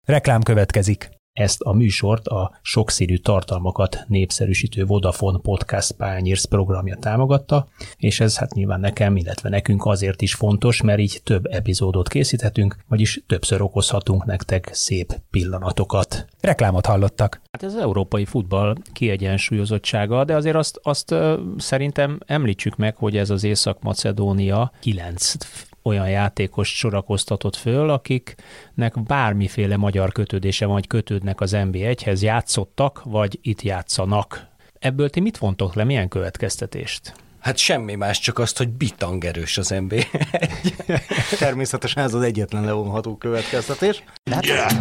Reklám következik. Ezt a műsort a sokszínű tartalmakat népszerűsítő Vodafone Podcast Pioneers programja támogatta, és ez hát nyilván nekem, illetve nekünk azért is fontos, mert így több epizódot készíthetünk, vagyis többször okozhatunk nektek szép pillanatokat. Reklámot hallottak. Hát ez az európai futball kiegyensúlyozottsága, de azért azt szerintem említsük meg, hogy ez az Észak-Macedónia 9 olyan játékos sorakoztatott föl, akiknek bármiféle magyar kötődése vagy kötődnek az NB1-hez, játszottak, vagy itt játszanak. Ebből ti mit vontok le, milyen következtetést? Hát semmi más, csak azt, hogy bitangerős az NB1. Természetesen ez az egyetlen levonható következtetés. Yeah!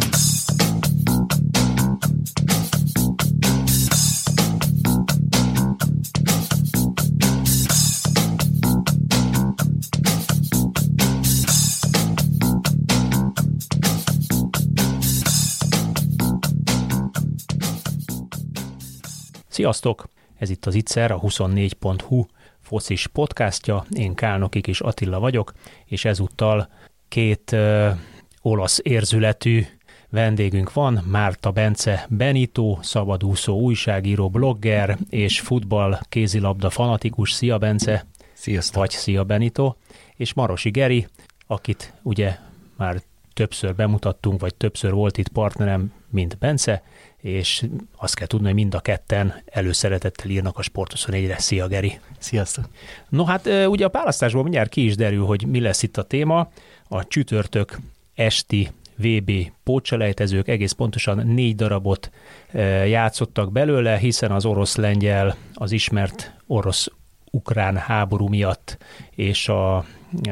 Sziasztok! Ez itt az Ittszer, a 24.hu focis podcastja. Én Kálnoki Kis Attila vagyok, és ezúttal két olasz érzületű vendégünk van, Márta Bence Benito, szabadúszó újságíró, blogger és futball kézilabda fanatikus. Szia Bence! Sziasztok! Vagy szia Benito! És Marosi Geri, akit ugye már többször bemutattunk, vagy többször volt itt partnerem, mint Bence, és azt kell tudni, hogy mind a ketten előszeretettel írnak a Sport24-re. Szia, Geri! Sziasztok! No hát ugye a választásból mindjárt ki is derül, hogy mi lesz itt a téma. A csütörtök esti VB pótselejtezők, egész pontosan 4 darabot játszottak belőle, hiszen az orosz-lengyel, az ismert orosz-ukrán háború miatt és a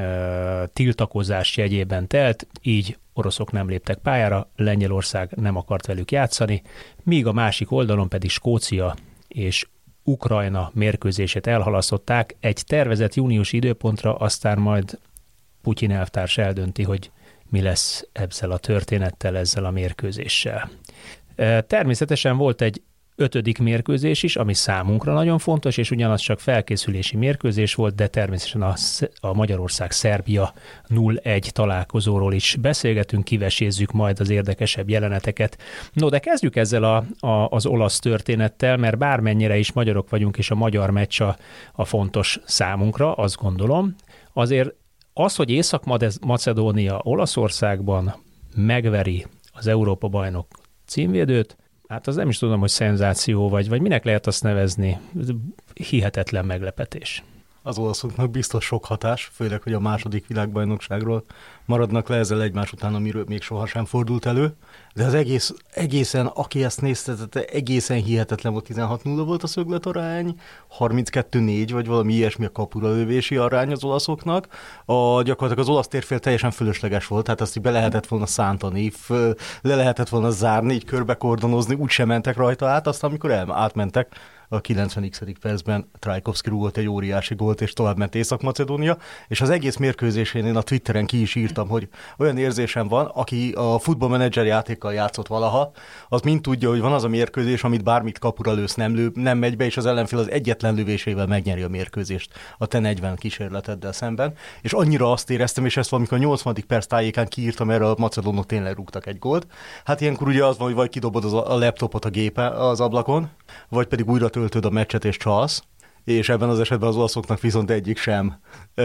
tiltakozás jegyében telt, így oroszok nem léptek pályára, Lengyelország nem akart velük játszani, míg a másik oldalon pedig Skócia és Ukrajna mérkőzését elhalasztották egy tervezett júniusi időpontra, aztán majd Putyin elvtárs eldönti, hogy mi lesz ezzel a történettel, ezzel a mérkőzéssel. Természetesen volt egy 5. mérkőzés is, ami számunkra nagyon fontos, és ugyanaz csak felkészülési mérkőzés volt, de természetesen a Magyarország-Szerbia 0-1 találkozóról is beszélgetünk, kivesézzük majd az érdekesebb jeleneteket. No, de kezdjük ezzel az olasz történettel, mert bármennyire is magyarok vagyunk, és a magyar meccs a fontos számunkra, azt gondolom. Azért az, hogy Észak-Macedónia Olaszországban megveri az Európa-bajnok címvédőt, hát az nem is tudom, hogy szenzáció vagy minek lehet azt nevezni, hihetetlen meglepetés. Az olaszoknak biztos sok hatás, főleg, hogy a második világbajnokságról maradnak le ezzel egymás után, amiről még sohasem fordult elő. De az egészen, aki ezt nézte, egészen hihetetlen volt, 16-0 volt a szögletarány, 32-4, vagy valami ilyesmi a kapura lövési arány az olaszoknak. Gyakorlatilag az olasz térfél teljesen fölösleges volt, tehát azt így be lehetett volna szántani, le lehetett volna zárni, így körbekordonozni, úgysem mentek rajta át, aztán amikor átmentek, a 90. percben Trajkovszki rúgott egy óriási gólt, és tovább ment Észak-Macedónia, és az egész mérkőzésén én a Twitteren ki is írtam, hogy olyan érzésem van, aki a futballmenedzser játékkal játszott valaha, az mind tudja, hogy van az a mérkőzés, amit bármit kapura lősz, nem megy be, és az ellenfél az egyetlen lövésével megnyeri a mérkőzést a te 40 kísérleteddel szemben, és annyira azt éreztem, és ezt valamikor a 80. perc tájékán kiírtam, erre a macedónok tényleg rúgtak egy gólt. Hát ilyenkor ugye az van, hogy vagy kidobod a laptopot a az ablakon, vagy pedig újra töltöd a meccset és csalsz, és ebben az esetben az olaszoknak viszont egyik sem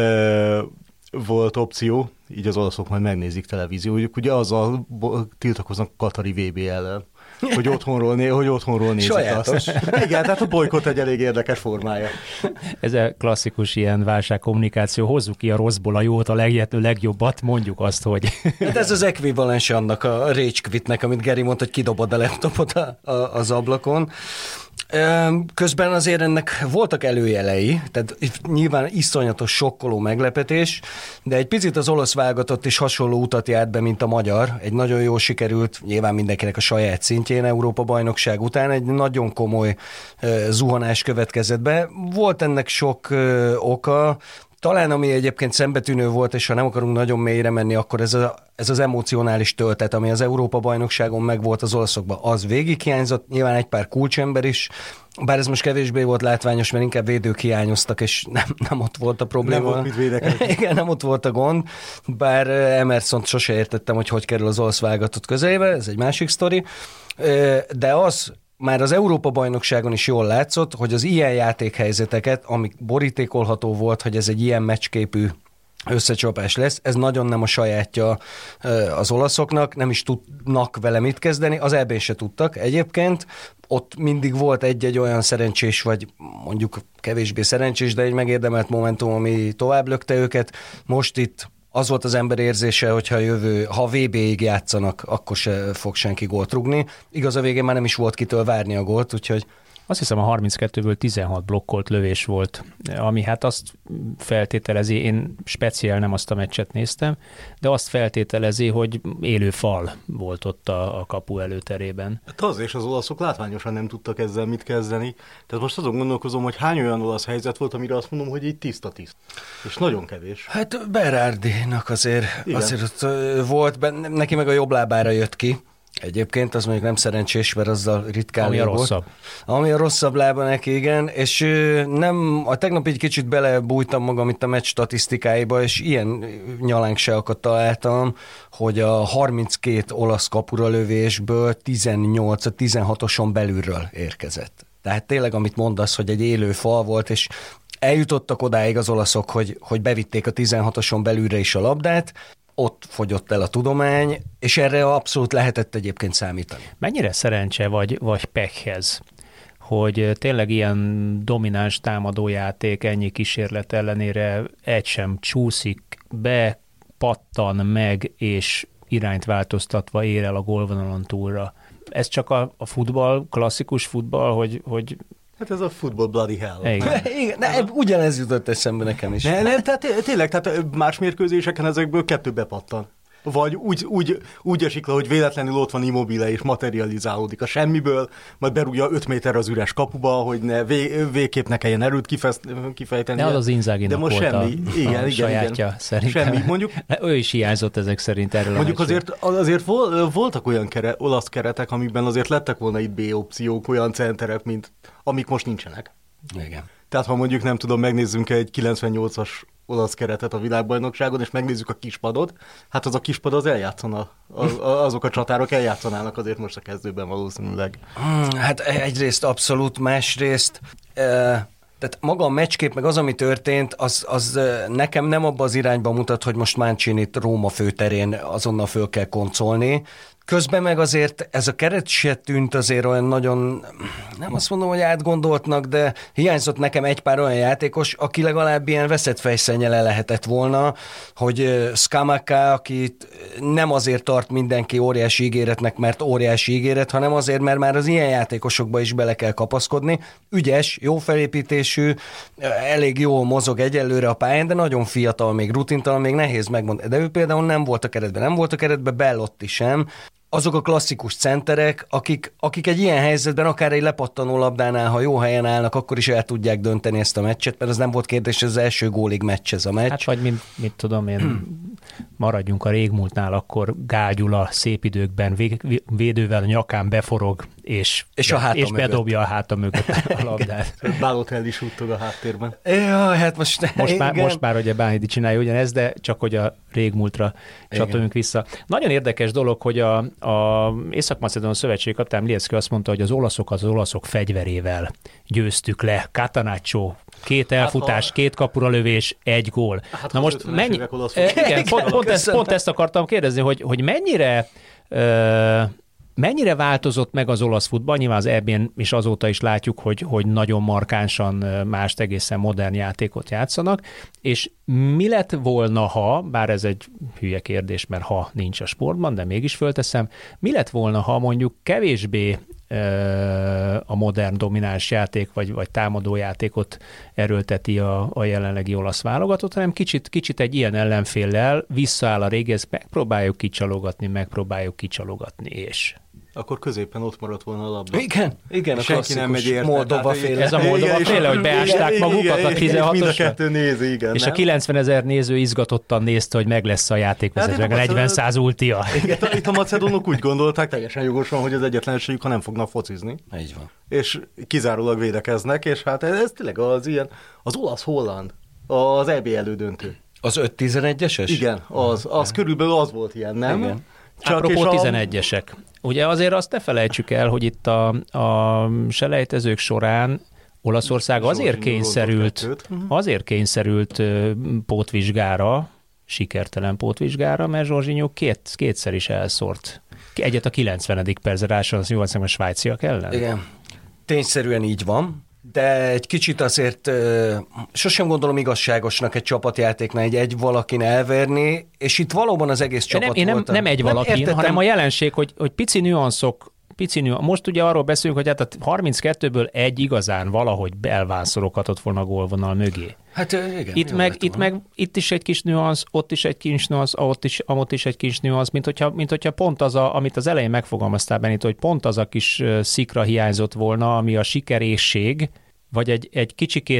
volt opció, így az olaszok majd megnézik televíziójuk, ugye azzal tiltakoznak Katari VB ellen, hogy otthonról nézik sajátos. Azt. Igen, tehát a bolykott egy elég érdekes formája. Ez a klasszikus ilyen válságkommunikáció, hozzuk ki a rosszból a jót, a legjobbat, mondjuk azt, hogy... Hát ez az ekvivalens annak a rage quitnek, amit Geri mondta, hogy kidobod a laptopot az ablakon. Közben azért ennek voltak előjelei, tehát nyilván iszonyatos sokkoló meglepetés, de egy picit az olasz válogatott is hasonló utat járt be, mint a magyar. Egy nagyon jól sikerült, nyilván mindenkinek a saját szintjén Európa-bajnokság után egy nagyon komoly zuhanás következett be. Volt ennek sok oka, Talán ami egyébként szembetűnő volt, és ha nem akarunk nagyon mélyre menni, akkor ez az emocionális töltet, ami az Európa-bajnokságon megvolt az olaszokban, az végig hiányzott, nyilván egy pár kulcsember is, bár ez most kevésbé volt látványos, mert inkább védők hiányoztak, és nem ott volt a probléma. Nem volt mit védekezni. Igen, nem ott volt a gond, bár Emersont sose értettem, hogy kerül az olasz válogatott közelébe, ez egy másik sztori, de az már az Európa-bajnokságon is jól látszott, hogy az ilyen játékhelyzeteket, amik borítékolható volt, hogy ez egy ilyen meccsképű összecsapás lesz, ez nagyon nem a sajátja az olaszoknak, nem is tudnak vele mit kezdeni, az EB-n se tudtak egyébként, ott mindig volt egy-egy olyan szerencsés, vagy mondjuk kevésbé szerencsés, de egy megérdemelt momentum, ami tovább lökte őket. Most itt az volt az ember érzése, hogyha ha VB-ig játszanak, akkor se fog senki gólt rúgni. Igaz, a végén már nem is volt kitől várni a gólt, úgyhogy... Azt hiszem a 32-ből 16 blokkolt lövés volt, ami hát azt feltételezi, én speciál nem azt a meccset néztem, de azt feltételezi, hogy élő fal volt ott a kapu előterében. Hát az és az olaszok látványosan nem tudtak ezzel mit kezdeni. Tehát most azon gondolkozom, hogy hány olyan olasz helyzet volt, amire azt mondom, hogy így tiszta. És nagyon kevés. Hát Berardinak azért ott volt, neki meg a jobb lábára jött ki. Egyébként az mondjuk nem szerencsés, mert azzal ritkán ami a volt. rosszabb. Ami a rosszabb lába neki, igen, és tegnap egy kicsit belebújtam magam itt a meccs statisztikáiba, és ilyen nyalánkságokat találtam, hogy a 32 olasz kapura lövésből 18 a 16-oson belülről érkezett. Tehát tényleg, amit mondasz, hogy egy élő fal volt, és eljutottak odáig az olaszok, hogy bevitték a 16-oson belülre is a labdát, ott fogyott el a tudomány, és erre abszolút lehetett egyébként számítani. Mennyire szerencse vagy pekhez, hogy tényleg ilyen domináns támadójáték ennyi kísérlet ellenére egy sem csúszik be, pattan meg, és irányt változtatva ér el a gólvonalon túlra. Ez csak a futball, klasszikus futball, hogy Hát ez a football bloody hell. Igen, ugyanez jutott eszembe nekem is. Nem, tehát tényleg, tehát más mérkőzéseken ezekből 2 bepattan. Vagy úgy esik le, hogy véletlenül ott van Immobile és materializálódik a semmiből, majd berúgja 5 méter az üres kapuba, hogy végképp ne kelljen erőt kifejteni. De az Inzaghinak volt semmi. Igen, sajátja szerintem. Semmi. Mondjuk, ő is hiányzott ezek szerint erről. Mondjuk azért voltak olyan olasz keretek, amikben azért lettek volna itt B-opciók, olyan centerek, mint amik most nincsenek. Igen. Tehát ha mondjuk nem tudom, megnézzünk egy 98-as olasz keretet a világbajnokságon, és megnézzük a kispadot, hát az a kispad az eljátszana, azok a csatárok eljátszanának azért most a kezdőben valószínűleg. Hát egyrészt abszolút, másrészt tehát maga a meccskép, meg az, ami történt, az nekem nem abba az irányba mutat, hogy most Mancinit Róma főterén azonnal föl kell koncolni. Közben meg azért ez a keret se tűnt azért olyan nagyon, nem azt mondom, hogy átgondoltnak, de hiányzott nekem egy pár olyan játékos, aki legalább ilyen veszett fejszennyele lehetett volna, hogy Scamacca, akit nem azért tart mindenki óriási ígéretnek, mert óriási ígéret, hanem azért, mert már az ilyen játékosokba is bele kell kapaszkodni. Ügyes, jó felépítésű, elég jól mozog egyelőre a pályán, de nagyon fiatal, még rutintalan, még nehéz megmondani. De ő például nem volt a keretben, Bellotti sem. Azok a klasszikus centerek, akik egy ilyen helyzetben, akár egy lepattanó labdánál, ha jó helyen állnak, akkor is el tudják dönteni ezt a meccset, mert az nem volt kérdés, hogy az első gólig meccs ez a meccs. Hát vagy mit tudom én, maradjunk a régmúltnál, akkor Gál Gyula szép időkben védővel a nyakán beforog, és bedobja a háta mögött a labdát. Balotelli is úttog a háttérben. Ja, hát most már ugye Bánhidi csinálja ugyanezt, de csak hogy a régmúltra csatoljunk vissza. Nagyon érdekes dolog, hogy a Észak-Macedón szövetség kapitán Liecki azt mondta, hogy az olaszok fegyverével győztük le. Catanaccio, 2 elfutás, 2 kapuralövés, 1 gól. Hát na most igen, pont ezt akartam kérdezni, hogy mennyire változott meg az olasz futball? Nyilván az EB-n és azóta is látjuk, hogy nagyon markánsan mást, egészen modern játékot játszanak, és mi lett volna, ha, bár ez egy hülye kérdés, mert ha nincs a sportban, de mégis fölteszem, mi lett volna, ha mondjuk kevésbé a modern domináns játék, vagy támadó játékot erőlteti a jelenlegi olasz válogatott, hanem kicsit egy ilyen ellenféllel visszaáll a régi, ezt megpróbáljuk kicsalogatni, és... Akkor középen ott maradt volna a labda. Igen, a senki nem megy érte. Moldova-féle. Ez a Moldova-féle, hogy beásták magukat a 16-osra. Mind a kettő nézi, igen. És a 90 000 néző izgatottan nézte, hogy meg lesz a játékvezetőnek a 40 ultia. Itt a macedónok úgy gondolták, teljesen jogosan, hogy az egyetlenségük, ha nem fognak focizni. Így van. És kizárólag védekeznek, és hát ez tényleg az olasz-holland, az EB elődöntő. Az 5-11-eses? Igen, az körülbelül az volt ilyen, nem? Igen. Apropó 11-esek. Ugye azért azt ne felejtsük el, hogy itt a selejtezők során Olaszország azért kényszerült pótvizsgára, sikertelen pótvizsgára, mert Jorginho kétszer is elszórt. Egyet a 90. percre ráson az a svájciak ellen. Igen, tényszerűen így van. De egy kicsit azért sosem gondolom igazságosnak egy csapatjátéknál egy valakin elverni, és itt valóban az egész csapat volt. Nem egy valakin, hanem a jelenség, hogy pici nüanszok. Most ugye arról beszélünk, hogy hát a 32-ből egy igazán valahogy belvánszoroghatott volna a gólvonal mögé. Hát igen. Itt is egy kis nüansz, ott is egy kis nüansz, ott is egy kis nüansz, mint hogyha pont az, amit az elején megfogalmaztál, Benito, hogy pont az a kis szikra hiányzott volna, ami a sikerészség, vagy egy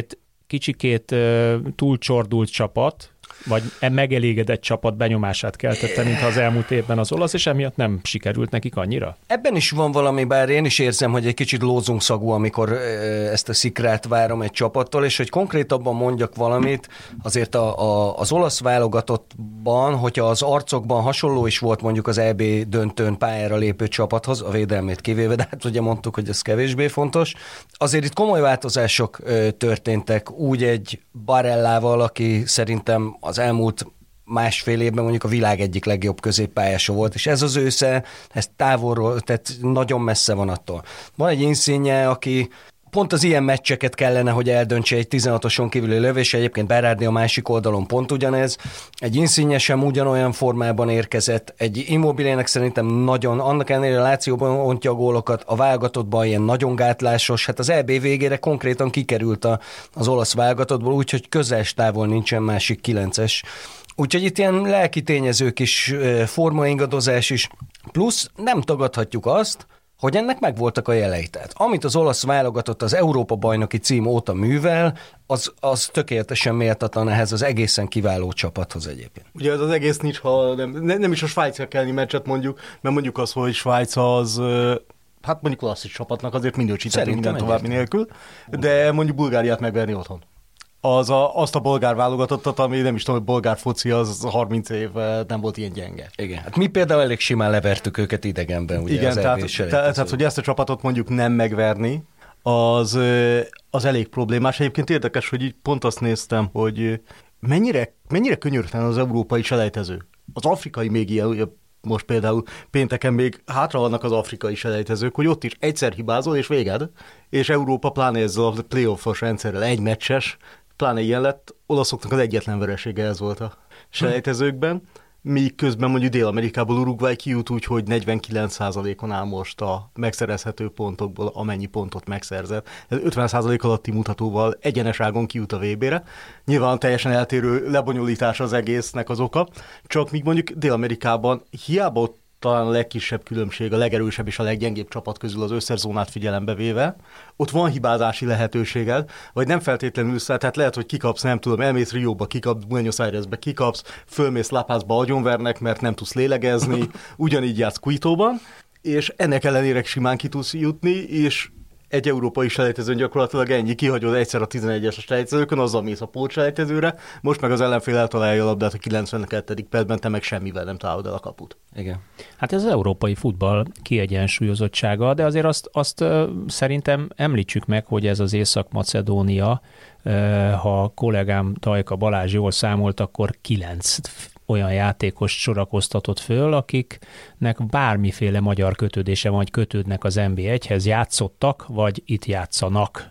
kicsikét túlcsordult csapat, vagy megelégedett csapat benyomását keltette, mintha az elmúlt évben az olasz, és emiatt nem sikerült nekik annyira? Ebben is van valami, bár én is érzem, hogy egy kicsit lózungszagú, amikor ezt a szikrát várom egy csapattól, és hogy konkrétabban mondjak valamit, azért az olasz válogatottban, hogyha az arcokban hasonló is volt mondjuk az EB döntőn pályára lépő csapathoz, a védelmét kivéve, de hát ugye mondtuk, hogy ez kevésbé fontos, azért itt komoly változások történtek, úgy egy Barellával, aki szerintem az elmúlt másfél évben mondjuk a világ egyik legjobb középpályása volt, és ez az ősze, ez távolról, tehát nagyon messze van attól. Van egy Insigne, aki pont az ilyen meccseket kellene, hogy eldöntse egy 16-oson kívüli lövés, egyébként Berardi a másik oldalon pont ugyanez. Egy Insigne sem ugyanolyan formában érkezett, egy Immobilének szerintem nagyon, annak ellenére a Lációban ontja a gólokat, a válogatottban ilyen nagyon gátlásos, hát az EB végére konkrétan kikerült az olasz válogatottból, úgyhogy közel távol nincsen másik 9-es. Úgyhogy itt ilyen lelki tényezők is, formaingadozás is, plusz nem tagadhatjuk azt, hogy ennek megvoltak a jelei. Tehát amit az olasz válogatott az Európa-bajnoki cím óta művel, az tökéletesen méltatlan ehhez az egészen kiváló csapathoz egyébként. Ugye ez az egész nincs, ha nem is a Svájcra kellni meccset mondjuk, mert mondjuk az, hogy Svájc az, hát mondjuk klasszis csapatnak azért minősíthető minden további nélkül, de mondjuk Bulgáriát megverni otthon. Azt a bolgár válogatottat, ami nem is tudom, hogy bolgár foci az 30 év nem volt ilyen gyenge. Igen, hát mi például elég simán levertük őket idegenben. Ugye igen, tehát hogy ezt a csapatot mondjuk nem megverni, az elég problémás. Egyébként érdekes, hogy így pont azt néztem, hogy mennyire könyörtelen az európai selejtező. Az afrikai még ilyen, ugye most például pénteken még hátra vannak az afrikai selejtezők, hogy ott is egyszer hibázol, és véged, és Európa pláne ezzel a playoffos rendszerrel egy meccses, pláne ilyen lett, olaszoknak az egyetlen veresége ez volt a selejtezőkben, míg közben mondjuk Dél-Amerikából Uruguay kijut úgy, hogy 49%-on áll most a megszerezhető pontokból, amennyi pontot megszerzett. Ez 50% alatti mutatóval egyenes ágon kijut a VB-re. Nyilván teljesen eltérő lebonyolítás az egésznek az oka, csak míg mondjuk Dél-Amerikában hiába ott talán a legkisebb különbség, a legerősebb és a leggyengébb csapat közül az összes zónát figyelembe véve, ott van hibázási lehetőséged, vagy nem feltétlenül, tehát lehet, hogy kikapsz, nem tudom, elmész Rióba, kikapsz Buenos Airesbe, kikapsz, fölmész La Pazba, agyonvernek, mert nem tudsz lélegezni, ugyanígy játsz Quito-ban, és ennek ellenére simán ki tudsz jutni, és egy európai selejtezőn gyakorlatilag ennyi, kihagyod egyszer a 11-es selejtezőkön, azzal mész a pótselejtezőre, most meg az ellenfél eltalálja a labdát a 92. percben, te meg semmivel nem találod el a kaput. Igen. Hát ez az európai futball kiegyensúlyozottsága, de azért azt szerintem említsük meg, hogy ez az Észak-Macedónia, ha a kollégám Tajka Balázs jól számolt, akkor 9 olyan játékos sorakoztatott föl, akiknek bármiféle magyar kötődése vagy kötődnek az NB1-hez, játszottak, vagy itt játszanak.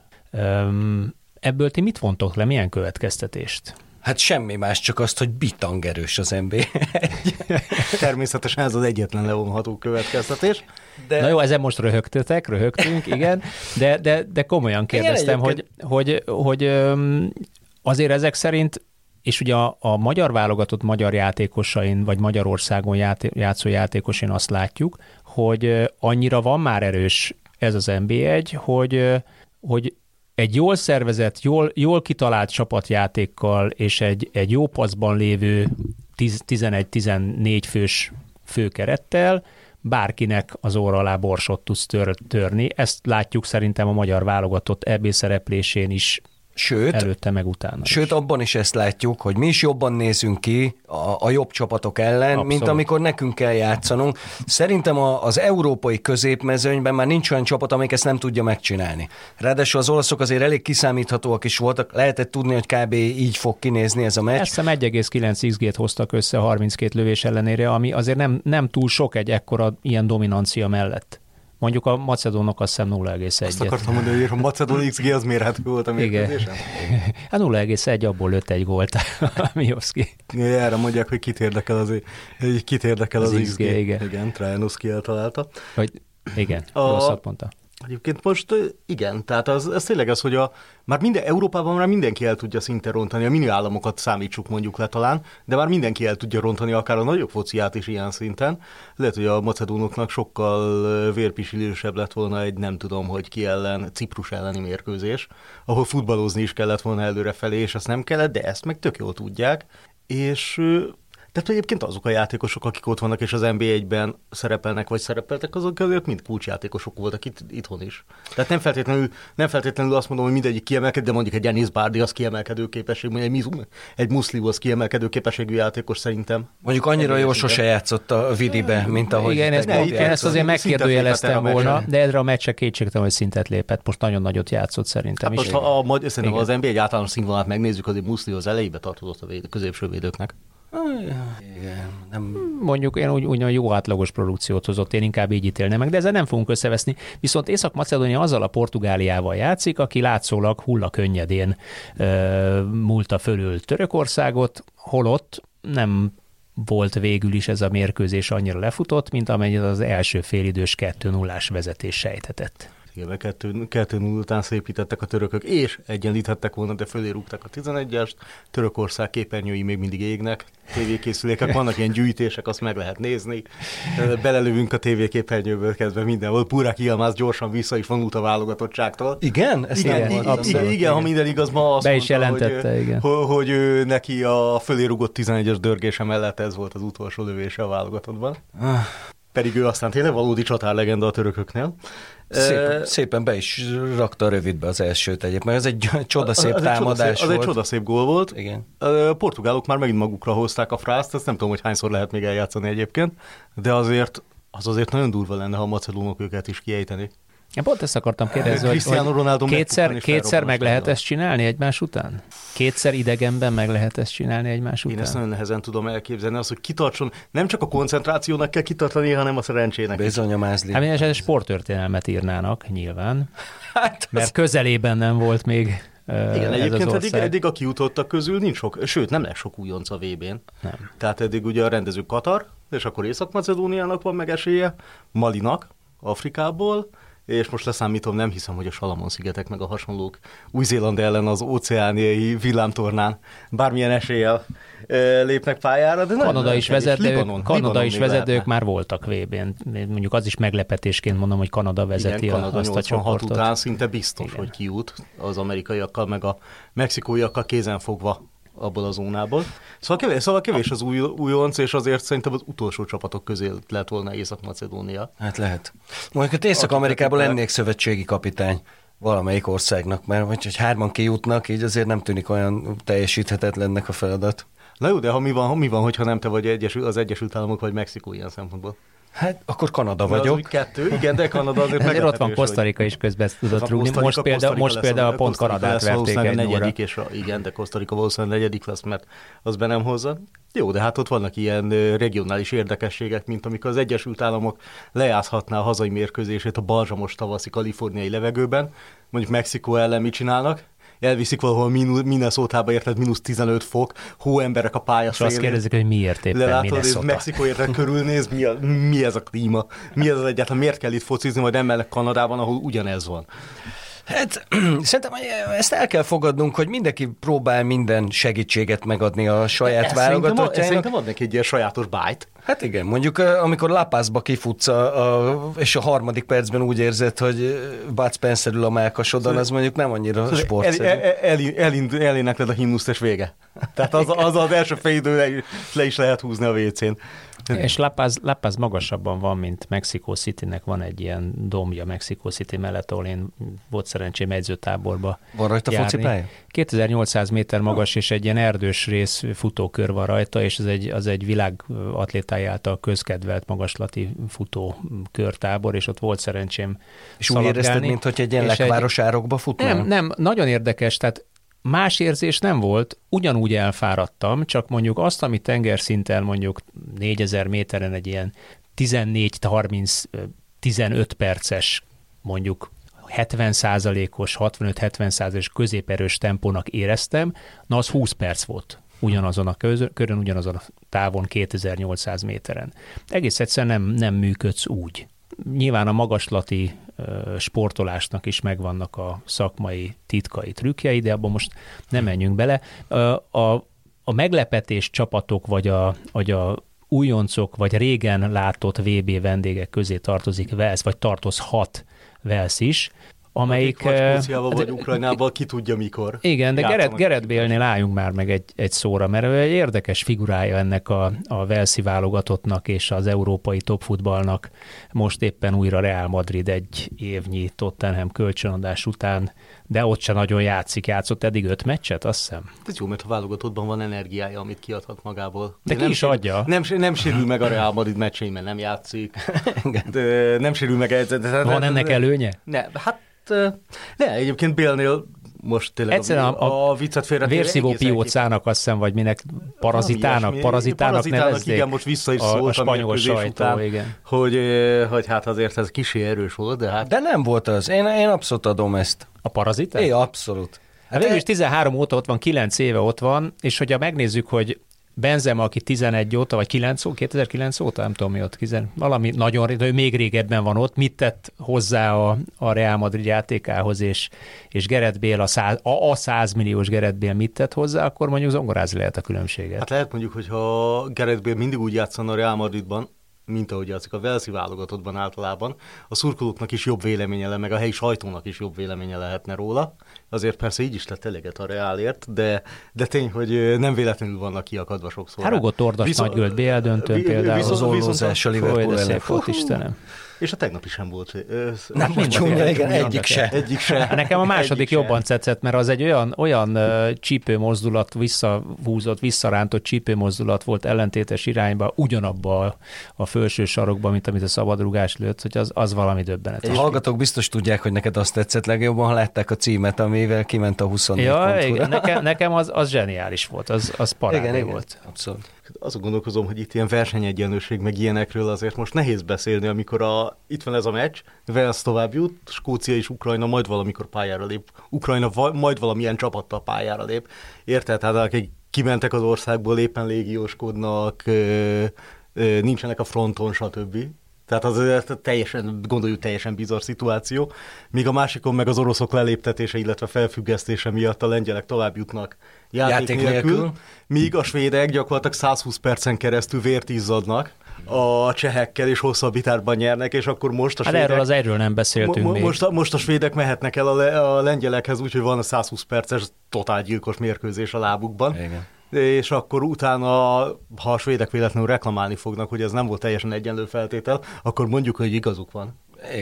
Ebből ti mit vontok le, milyen következtetést? Hát semmi más, csak azt, hogy bitang erős az NB1. Természetesen ez az egyetlen levonható következtetés. De... Na jó, ezen most röhögtünk, igen, de komolyan kérdeztem, hogy azért ezek szerint És ugye a magyar válogatott magyar játékosain, vagy Magyarországon játszó játékosain azt látjuk, hogy annyira van már erős ez az NB1, hogy egy jól szervezett, jól kitalált csapatjátékkal és egy jó paszban lévő 11-14 fős főkerettel bárkinek az óra alá borsot tudsz törni. Ezt látjuk szerintem a magyar válogatott EB szereplésén is, előtte meg utána. Sőt, abban is ezt látjuk, hogy mi is jobban nézünk ki a jobb csapatok ellen, abszolút, mint amikor nekünk kell játszanunk. Szerintem az európai középmezőnyben már nincs olyan csapat, amelyik ezt nem tudja megcsinálni. Ráadásul az olaszok azért elég kiszámíthatóak is voltak, lehetett tudni, hogy kb. Így fog kinézni ez a meccs. Ezt 1,9 XG-t hoztak össze 32 lövés ellenére, ami azért nem túl sok egy ekkora ilyen dominancia mellett. Mondjuk a macedónok azt hiszem 0,1. Azt akartam mondani, hogy a macedón XG az mérhető volt a mérkőzésen? Hát 0,1, abból lőtt egy gólt a Miovszki. Erre mondják, hogy kit érdekel az XG. Igen, Trajanovszki eltalálta. Igen, rosszat mondta. Egyébként most igen, tehát ez tényleg az, hogy Európában már mindenki el tudja szinte rontani, a mini államokat számítsuk mondjuk le talán, de már mindenki el tudja rontani akár a nagyobb fociát is ilyen szinten. Lehet, hogy a macedónoknak sokkal vérpisilősebb lett volna egy nem tudom, hogy ki ellen, Ciprus elleni mérkőzés, ahol futballozni is kellett volna előrefelé, és ezt nem kellett, de ezt meg tök jól tudják, és... Tehát egyébként azok a játékosok, akik ott vannak és az NB1-ben szerepelnek, vagy szerepeltek, azok azért mind kulcsjátékosok voltak itthon is. Tehát nem feltétlenül azt mondom, hogy mindegyik kiemelkedő, de mondjuk egy Enis Bárdi az kiemelkedő képességű, egy Muszliu az kiemelkedő képességű játékos szerintem. Mondjuk annyira jól sose játszott a Vidibe, mint ahogy... Igen, ezt azért megkérdőjeleztem volna, de erre a meccsre kétségtelen, hogy szintet lépett. Most nagyon nagyot játszott szerintem is. Most szerintem az NB1 általános színvonalát megnézzük, azért Muszliu az elejébe tartozott a középső védőknek. Igen, nem... Mondjuk én úgy jó átlagos produkciót hozott, én inkább így ítélnem meg, de ezzel nem fogunk összeveszni. Viszont Észak-Macedónia azzal a Portugáliával játszik, aki látszólag hullakönnyedén múlta fölül Törökországot, holott nem volt végül is ez a mérkőzés annyira lefutott, mint amennyit az első félidős 2-0-ás vezetés sejthetett. Igen, 2-0 után szépítettek a törökök, és egyenlíthettek volna, de fölé rúgták a 11-est. Törökország képernyői még mindig égnek, tévékészülékek, vannak ilyen gyűjtések, azt meg lehet nézni. Belelövünk a tévéképernyőből kezdve mindenhol. Púrák Ilmász gyorsan vissza is vonult a válogatottságtól. Igen? Igen, ha minden igaz, ma azt be is jelentette, hogy ő neki a fölé rúgott 11-es dörgése mellett ez volt az utolsó lövése a válogatottban. Pedig ő aztán tényleg valódi csatárlegenda a törököknél. Szépen be is rakta rövidbe az elsőt egyébként, mert ez egy csodaszép támadás volt. Az egy csodaszép gól volt. Igen. A portugálok már megint magukra hozták a frászt, ezt nem tudom, hogy hányszor lehet még eljátszani egyébként, de azért nagyon durva lenne, ha a macedónok őket is kiejtenék. Én pont ezt akartam kérdezni, hogy kétszer meg lehet ezt csinálni egymás után? Kétszer idegenben meg lehet ezt csinálni egymás után? Én ezt nagyon nehezen tudom elképzelni, az, hogy kitartson, nem csak a koncentrációnak kell kitartani, hanem a szerencsének. Bizony a mázli. Hát ez sporttörténelmet írnának nyilván, mert közelében nem volt még igen, egyébként eddig a kijutottak közül nincs sok, sőt nem lesz sok újonc a VB-n. Nem. Tehát eddig ugye a rendező Katar, és akkor Észak-Macedóniának van meg esélye, Malinak, Afrikából, és most leszámítom, nem hiszem, hogy a Salamon-szigetek meg a hasonlók Új-Zéland ellen az óceániai villámtornán bármilyen eséllyel lépnek pályára. De Kanada is vezet, de ők már voltak VB-n. Mondjuk az is meglepetésként mondom, hogy Kanada vezeti azt a csoportot. Után szinte biztos, igen, hogy kijut az amerikaiakkal meg a mexikóiakkal kézenfogva abból a zónából. Szóval kevés az újonc, és azért szerintem az utolsó csapatok közé lett volna Észak-Macedónia. Hát lehet. Mondjuk, hogy Észak-Amerikában lennék szövetségi kapitány valamelyik országnak, mert hogy hárman kijutnak, így azért nem tűnik olyan teljesíthetetlennek a feladat. Na jó, de mi van, hogyha nem te vagy az Egyesült Államok vagy Mexikó ilyen szempontból? Hát akkor Kanada vagyok. Az kettő, igen, de Kanada azért meglepetős. Ott van Costa Rica is közben tudott rúgni. Most például pont Kanadát verték egy negyedik, és igen, de Costa Rica valószínűleg negyedik lesz, mert az be nem hozza. Jó, de hát ott vannak ilyen regionális érdekességek, mint amikor az Egyesült Államok lejátszhatná a hazai mérkőzését a balzsamos tavaszi kaliforniai levegőben, mondjuk Mexikó ellen mit csinálnak? Elviszik valahol Minnesotába, érted, -15 fok, hóemberek a pályaszélén. És azt kérdezik, hogy miért éppen Minnesota. Mexikó érted körülnéz, mi ez a klíma? Mi ez az egyáltalán? Miért kell itt focizni, majd emellett Kanadában, ahol ugyanez van? Hát szerintem ezt el kell fogadnunk, hogy mindenki próbál minden segítséget megadni a saját válogatottjának. Szerintem ad neki egy ilyen sajátos bájt. Hát igen, mondjuk amikor La Pazba kifutsz és a harmadik percben úgy érzed, hogy Bud Spencer ül a mellkasodon, az mondjuk nem annyira sportszerű. Elénekled a himnuszt és vége. Tehát az első fél idő le is lehet húzni a WC-n. És La Paz magasabban van, mint Mexico Citynek, van egy ilyen dombja Mexico City mellett, ahol én volt szerencsém edzőtáborba Van rajta focipálya? 2800 méter magas, és egy ilyen erdős rész futókör van rajta, és az egy világ atlétái által közkedvelt magaslati futókörtábor, és ott volt szerencsém és úgy érezted, mint hogy egy ilyen lekvárosárokba futnál? Nem, nagyon érdekes, tehát más érzés nem volt, ugyanúgy elfáradtam, csak mondjuk azt, ami tengerszinten mondjuk 4000 méteren egy ilyen 14-30-15 perces, mondjuk 70%-os, 65-70%-os középerős tempónak éreztem, na az 20 perc volt ugyanazon a körön, ugyanazon a távon 2800 méteren. Egész egyszerűen nem működsz úgy. Nyilván a magaslati sportolásnak is megvannak a szakmai titkai, trükkjei, de abban most nem menjünk bele. A meglepetés csapatok, vagy a újoncok, vagy régen látott VB vendégek közé tartozik Wales, vagy tartozhat Wales is, amelyik... Vagy Skóciával, vagy Ukrajnával, ki tudja mikor. Igen, de Gareth Bale-nél álljunk már meg egy szóra, mert ő egy érdekes figurája ennek a walesi válogatottnak és az európai topfutballnak. Most éppen újra Real Madrid egy évnyi Tottenham kölcsönadás után, de ott se nagyon játszott eddig 5 meccset, azt hiszem. Ez jó, mert a válogatottban van energiája, amit kiadhat magából. De ki is adja. Nem sérül meg a Real Madrid meccsein, mert nem játszik. De nem sérül meg. Van ennek előnye? Ne, egyébként Bale-nél most tényleg a viccet félretéve. Vérszívó piócának azt hiszem, vagy minek parazitának nevezték. Igen, most vissza is szólt a spanyol sajtó, után, igen. Hogy hát azért ez kicsi erős volt, de hát... De nem volt az. Én abszolút adom ezt. A parazitát? É, abszolút. Hát végül is 13 óta ott van, 9 éve ott van, és hogyha megnézzük, hogy Benzema, aki 11 óta, vagy 2009 óta, nem tudom mi ott, valami nagyon, de ő még régebben van ott, mit tett hozzá a Real Madrid játékához, és Gareth Bale, a 100 milliós Gareth Bale mit tett hozzá, akkor mondjuk zongorázni lehet a különbséget. Hát lehet mondjuk, hogyha Gareth Bale mindig úgy játszana a Real Madridban, mint ahogy játszik a Walesi válogatottban általában, a szurkolóknak is jobb véleménye, meg a helyi sajtónak is jobb véleménye lehetne róla. Azért persze így is lett eleget a Reálért, de tény, hogy nem véletlenül vannak kiakadva sokszor. Rúgott Ordas Nagygöld BL döntőn például. Az ollózás a Liverpool ellen. Istenem. És a tegnapi sem volt. Nem csúnya, igen, egyik se. Nekem a második jobban tetszett, mert az egy olyan csípőmozdulat, visszarántott csípőmozdulat volt ellentétes irányba, ugyanabba a felső sarokba, mint amit a szabadrugás lőtt, hogy az valami döbbenetes. A hallgatók biztos tudják, hogy neked azt tetszett legjobban, ha látták a címet, amivel kiment a 24 pontúra. Nekem az zseniális volt, az parádé volt. Abszolút. Azon gondolkozom, hogy itt ilyen versenyegyenlőség meg ilyenekről azért most nehéz beszélni, amikor itt van ez a meccs, Wales tovább jut, Skócia és Ukrajna majd valamikor pályára lép, Ukrajna majd valamilyen csapattal pályára lép. Érted? Tehát akik kimentek az országból, éppen légióskodnak, nincsenek a fronton, stb. Tehát az teljesen bizarr szituáció. Míg a másikon meg az oroszok leléptetése, illetve felfüggesztése miatt a lengyelek tovább jutnak játék nélkül, míg a svédek gyakorlatilag 120 percen keresztül vért izzadnak a csehekkel, és hosszabbításban nyernek, és akkor most a svédek... erről nem beszéltünk még. Most a svédek mehetnek el a lengyelekhez, úgyhogy van a 120 perces totálgyilkos mérkőzés a lábukban. Igen. És akkor utána, ha a svédek véletlenül reklamálni fognak, hogy ez nem volt teljesen egyenlő feltétel, akkor mondjuk, hogy igazuk van.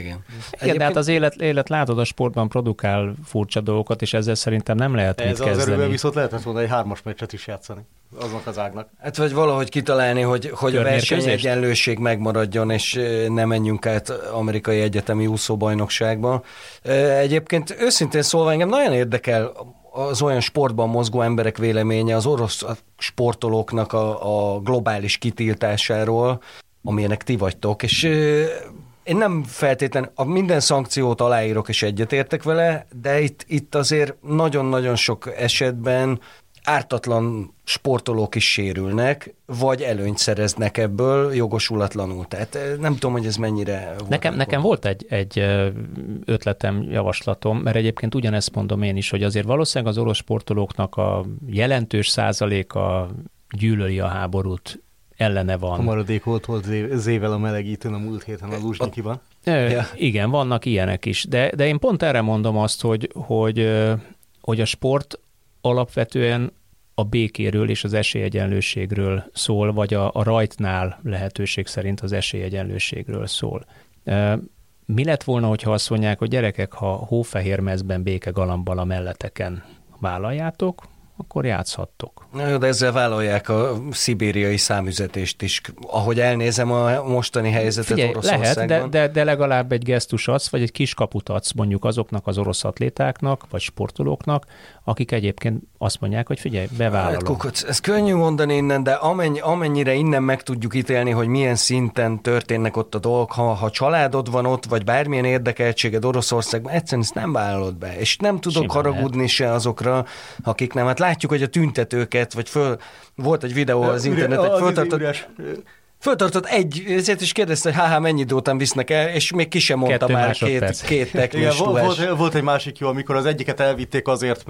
Igen, de hát az élet látod, a sportban produkál furcsa dolgokat, és ezzel szerintem nem lehet mit kezdeni. Az erővel viszont lehetett volna egy 3-as meccset is játszani aznak az ágnak. Hát vagy valahogy kitalálni, hogy a versenyegyenlőség megmaradjon, és ne menjünk át amerikai egyetemi úszóbajnokságba. Egyébként őszintén szólva engem nagyon érdekel az olyan sportban mozgó emberek véleménye az orosz sportolóknak a globális kitiltásáról, amilyenek ti vagytok, és én nem feltétlen minden szankciót aláírok és egyetértek vele, de itt azért nagyon-nagyon sok esetben ártatlan sportolók is sérülnek, vagy előnyt szereznek ebből jogosulatlanul. Tehát nem tudom, hogy ez mennyire... Nekem volt egy ötletem, javaslatom, mert egyébként ugyanezt mondom én is, hogy azért valószínűleg az orosz sportolóknak a jelentős százaléka gyűlöli a háborút, ellene van. A maradék volt zével a melegítőn a múlt héten a Luzsnyikiban. Igen, vannak ilyenek is. De én pont erre mondom azt, hogy a sport alapvetően a békéről és az esélyegyenlőségről szól, vagy a rajtnál lehetőség szerint az esélyegyenlőségről szól. Mi lett volna, hogyha azt mondják, hogy gyerekek, ha hófehér mezben békegalambal a melleteken vállaljátok, akkor játszhattok. Na jó, de ezzel vállalják a szibériai számüzetést is. Ahogy elnézem a mostani helyzetet Oroszországban. Lehet, de legalább egy gesztus adsz, vagy egy kis kaput adsz mondjuk azoknak az orosz atlétáknak, vagy sportolóknak, akik egyébként azt mondják, hogy figyelj, bevállalom. Hát kukuc, ez könnyű mondani innen, de amennyire innen meg tudjuk ítélni, hogy milyen szinten történnek ott a dolgok, ha családod van ott, vagy bármilyen érdekeltséged Oroszországban, egyszerűen ezt nem vállalod be. És nem tudok haragudni se azokra, akik nem. Hát látjuk, hogy a tüntetőket, vagy volt egy videó az interneten, föltartott ezért is kérdezte, hogy mennyi idő után visznek el, és még ki sem mondta már két teknős volt egy másik jó, amikor az egyiket elvitték azért,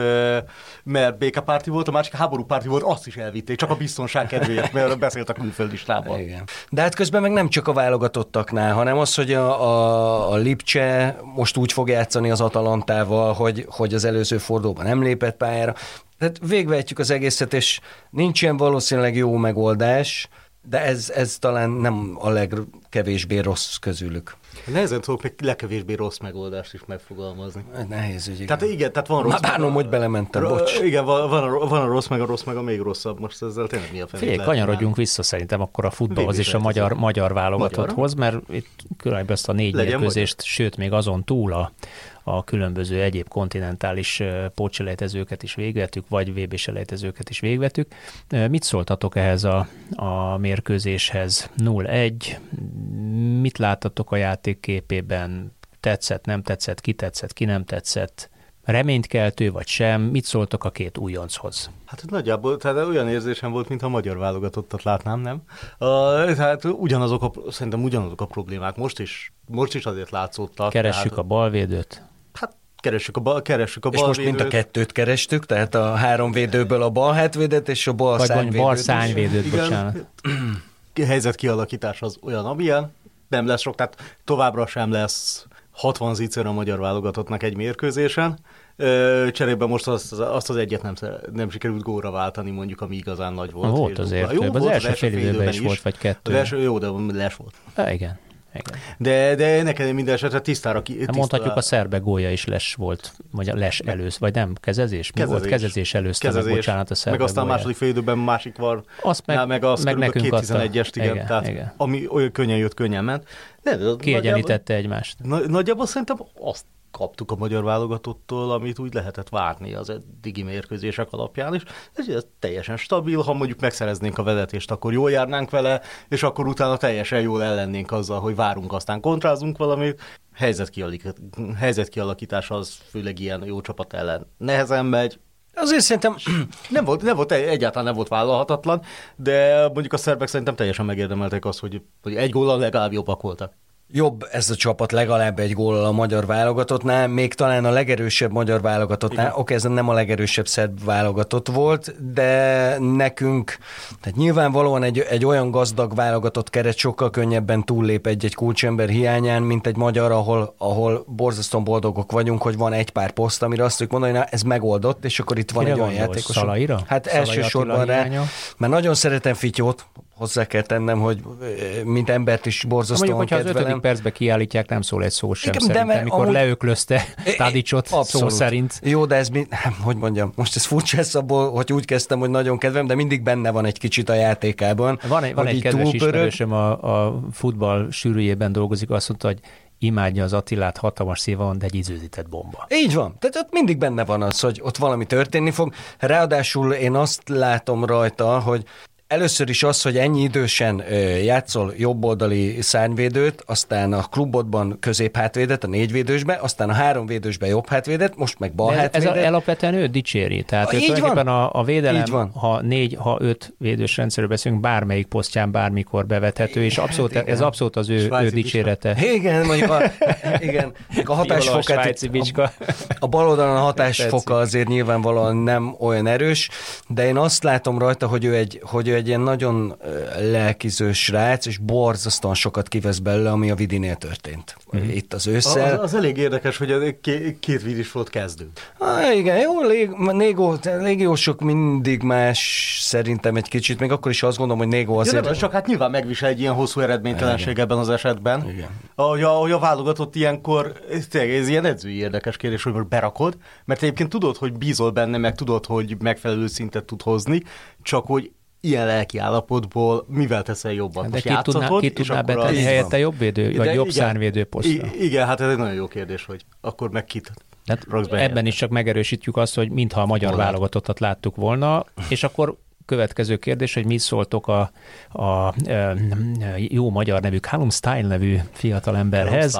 mert békepárti volt, a másik háborúpárti volt, azt is elvitték, csak a biztonság kedvéért, mert beszélt a külföldistával. Igen. De hát közben meg nem csak a válogatottaknál, hanem az, hogy a Lipcse most úgy fog játszani az Atalantával, hogy az előző fordulóban nem lépett pályára. Tehát végvehetjük az egészet, és nincs ilyen valószínűleg jó megoldás, de ez talán nem a legkevésbé rossz közülük. Nehezen tudok még legkevésbé rossz megoldást is megfogalmazni. Nehéz ügy, igen. Tehát van rossz. Bánom, hogy belementem, bocs. Igen, van a rossz, meg a még rosszabb. Most ezzel tényleg mi a fenét lehet. Kanyarodjunk vissza szerintem akkor a futballhoz és a magyar válogatotthoz, mert itt különböző ezt a 4 mérkőzést, sőt még azon túl a különböző egyéb kontinentális pótselejtezőket is végvettük, vagy VB-selejtezőket is végvettük. Mit szóltatok ehhez a mérkőzéshez? 0-1. Mit láttatok a játék képében? Tetszett, nem tetszett, ki nem tetszett? Reménykeltő vagy sem? Mit szóltok a két újonchoz? Hát nagyjából tehát olyan érzésem volt, mintha a magyar válogatottat látnám, nem? Tehát szerintem ugyanazok a problémák most is azért látszottak. Keressük a balvédőt. Hát keressük a balvédőt. És most mind a kettőt kerestük, tehát a 3 védőből a bal hátvédet és a bal szárnyvédőt. Bal szárnyvédőt, bocsánat. Helyzet kialakítás az olyan, amilyen. Nem lesz sok, tehát továbbra sem lesz 60 zicser a magyar válogatottnak egy mérkőzésen. Cserében most azt az egyet nem sikerült gólra váltani, mondjuk, ami igazán nagy volt. Volt azért, az első fél időben is volt, vagy 2. Az első, jó, de les volt. Igen. De nekem minden esetre tisztára mondhatjuk, a szerbe gólja is les volt, vagy les elősz, vagy nem, kezezés? Mi volt? Kezezés előzte meg, bocsánat, a szerbe meg aztán gólya. A második fél időben másik var, meg az meg nekünk a 2-11-est, igen, tehát ami olyan könnyen jött, könnyen ment. Kiegyenlítette egymást. Nagyjából szerintem azt kaptuk a magyar válogatottól, amit úgy lehetett várni az eddigi mérkőzések alapján is. Ez teljesen stabil, ha mondjuk megszereznénk a vezetést, akkor jól járnánk vele, és akkor utána teljesen jól ellennénk azzal, hogy várunk, aztán kontrázunk valamit. Helyzetkialakítás az főleg ilyen jó csapat ellen nehezen megy. Azért szerintem egyáltalán nem volt vállalhatatlan, de mondjuk a szerbek szerintem teljesen megérdemelték azt, hogy egy góllal legalább jobbak voltak. Jobb ez a csapat legalább egy góllal a magyar válogatottnál, még talán a legerősebb magyar válogatottnál, ez nem a legerősebb szerb válogatott volt, de nekünk, tehát nyilvánvalóan egy olyan gazdag válogatott keret sokkal könnyebben túllép egy kulcsember hiányán, mint egy magyar, ahol borzasztóan boldogok vagyunk, hogy van egy pár poszt, amire azt tudjuk mondani, ez megoldott, és akkor itt van egy olyan játékos. Szalaira? Hát elsősorban rá, mert nagyon szeretem Fityót, hozzá kell tennem, hogy mint embert is borzasztóan mondjuk, hogyha az 5. percben kiállítják, nem szól egy szó sem. Igen, szerintem, amikor leöklözte Tadicsot szó szerint. Jó, de ez hogy mondjam, most ez furcsa lesz abból, hogy úgy kezdtem, hogy nagyon kedvem, de mindig benne van egy kicsit a játékában. Van egy kedves ismerősöm, a futball sűrűjében dolgozik, azt mondta, hogy imádja az Attilát, hatalmas szíve van, de egy ízőzített bomba. Így van. Tehát ott mindig benne van az, hogy ott valami történni fog. Ráadásul én azt látom rajta, hogy először is az, hogy ennyi idősen játszol jobboldali szárnyvédőt, aztán a klubodban középhátvédet, a 4-védősbe, aztán a 3-védősbe jobb hátvédet, most meg bal hátvédet. Ez alapvetően őt dicséri. Tehát tulajdonképpen a védelem, ha 4, ha 5 védős rendszerről beszélünk, bármelyik posztján bármikor bevethető, és abszolút, ez abszolút az ő dicsérete. Igen, mondjuk a hatásfokát, a bal oldalon a hatásfoka azért nyilvánvalóan nem olyan erős, de én azt látom rajta, hogy ő egy ilyen nagyon lelkiző srác, és borzasztóan sokat kivesz belőle, ami a Vidinél történt. Itt az ősszel. Az elég érdekes, hogy két Vidis volt kezdő. Igen, jó, légiósok mindig más szerintem egy kicsit, még akkor is azt gondolom, hogy Négó azért... Ja, csak hát nyilván megvisel egy ilyen hosszú eredménytelenség ebben az esetben. Igen. Ahogy a válogatott ilyenkor, ez ilyen edzői érdekes kérdés, hogy most berakod, mert egyébként tudod, hogy bízol benne, meg tudod, hogy megfelelő szintet tud hozni, csak hogy ilyen lelki állapotból mivel teszel jobban? De ki tudná betenni helyette jobbvédő, vagy jobb szárnyvédő posztra? Igen, hát ez egy nagyon jó kérdés, hogy akkor meg kit. Ebben is csak megerősítjük azt, hogy mintha a magyar válogatottat láttuk volna, és akkor következő kérdés, hogy mit szóltok a jó magyar nevű Callum Style nevű fiatalemberhez,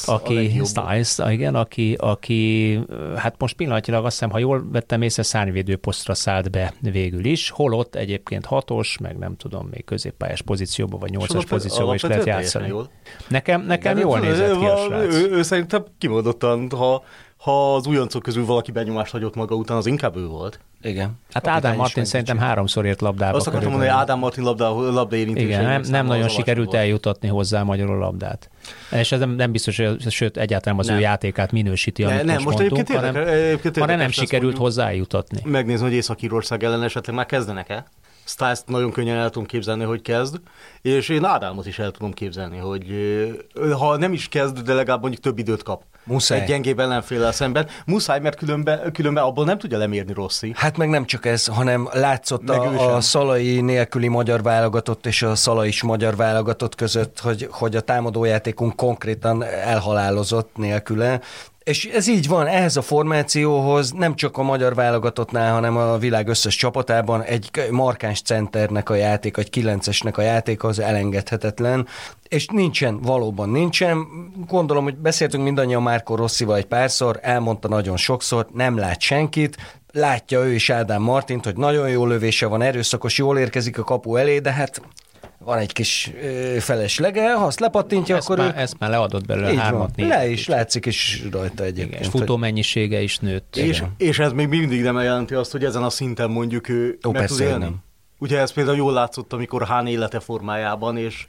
aki hát most pillanatilag azt hiszem, ha jól vettem észre, szárnyvédő posztra szállt be végül is, holott egyébként 6-os, meg nem tudom, még középpályás pozícióban, vagy 8-as pozícióban is lehet játszani. Nekem jól nézett ki a srác. Ő szerintem kimondottan, ha az újoncok közül valaki benyomást hagyott maga után, az inkább ő volt. Igen. Hát Ádám Martin szerintem 3-szor ért labdába. Azt akartam mondani, hogy Ádám Martin labda érintése. Igen, nem nagyon sikerült eljutatni hozzá magyarul labdát. És ez nem biztos, hogy sőt, egyáltalán az ő játékát minősíti, amit most mondtunk, hanem nem sikerült hozzájutatni. Megnézni, hogy Észak-Írország ellen esetleg már kezdenek-e? Stiles-t nagyon könnyen el tudom képzelni, hogy kezd, és én Ádámot is el tudom képzelni, hogy ha nem is kezd, de legalább mondjuk több időt kap. Muszáj. Egy gyengébb ellenféllel szemben. Muszáj, mert különben abból nem tudja lemérni Rossi. Hát meg nem csak ez, hanem látszott a Szalai nélküli magyar válogatott és a Szalais magyar válogatott között, hogy a támadójátékunk konkrétan elhalálozott nélküle. És ez így van, ehhez a formációhoz nem csak a magyar válogatottnál, hanem a világ összes csapatában egy markáns centernek a játék, egy 9-esnek a játék az elengedhetetlen, és valóban nincsen. Gondolom, hogy beszéltünk mindannyian Marco Rossival egy párszor, elmondta nagyon sokszor, nem lát senkit, látja ő is Ádám Martint, hogy nagyon jó lövése van, erőszakos, jól érkezik a kapu elé, de hát van egy kis feleslege, ha azt lepattintja, akkor ezt már leadott belőle 3-4. Le is látszik is rajta egyébként. Igen, és futó mennyisége is nőtt. És ez még mindig nem jelenti azt, hogy ezen a szinten mondjuk ő meg tud élni. Ugye ez például jól látszott, amikor Hán élete formájában, és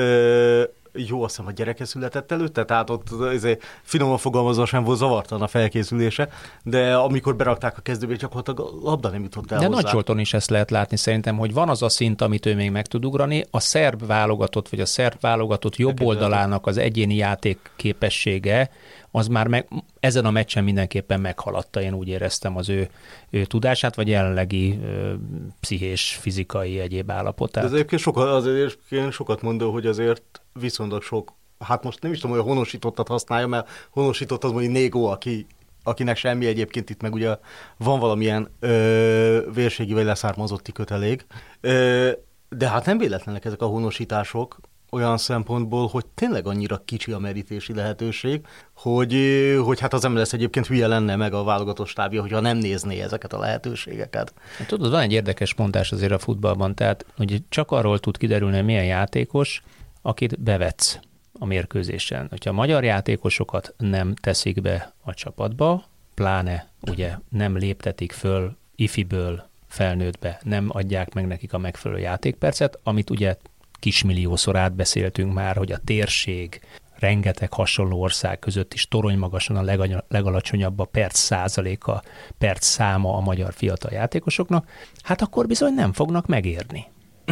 jó, azt hiszem, a gyereke született előtte, tehát ott finoman fogalmazva sem volt zavartalan a felkészülése, de amikor berakták a kezdőbe, csak ott a labda nem jutott el de hozzá. Nagy Zsolton is ezt lehet látni szerintem, hogy van az a szint, amit ő még meg tud ugrani, a szerb válogatott, vagy a szerb válogatott jobb oldalának az egyéni játék képessége, az már ezen a meccsen mindenképpen meghaladta, én úgy éreztem az ő tudását, vagy jelenlegi pszichés, fizikai egyéb állapotát. Ez egyébként sokat mondom, hogy azért viszonylag sok, hát most nem is tudom, hogy a honosítottat használja, mert honosított az mondjuk Négó, akinek semmi egyébként itt, meg ugye van valamilyen vérségi vagy leszármazotti kötelék, de hát nem véletlenek ezek a honosítások, olyan szempontból, hogy tényleg annyira kicsi a merítési lehetőség, hogy hát az MLS egyébként hülye lenne meg a válogatott stábja, hogyha nem nézné ezeket a lehetőségeket. Hát tudod, van egy érdekes mondás azért a futballban, tehát hogy csak arról tud kiderülni, hogy milyen játékos, akit bevetsz a mérkőzésen. Hogyha a magyar játékosokat nem teszik be a csapatba, pláne ugye nem léptetik föl ifiből felnőttbe, nem adják meg nekik a megfelelő játékpercet, amit ugye kismilliószor átbeszéltünk már, hogy a térség rengeteg hasonló ország között is toronymagasan a legalacsonyabb a perc százaléka, perc száma a magyar fiatal játékosoknak, hát akkor bizony nem fognak megérni.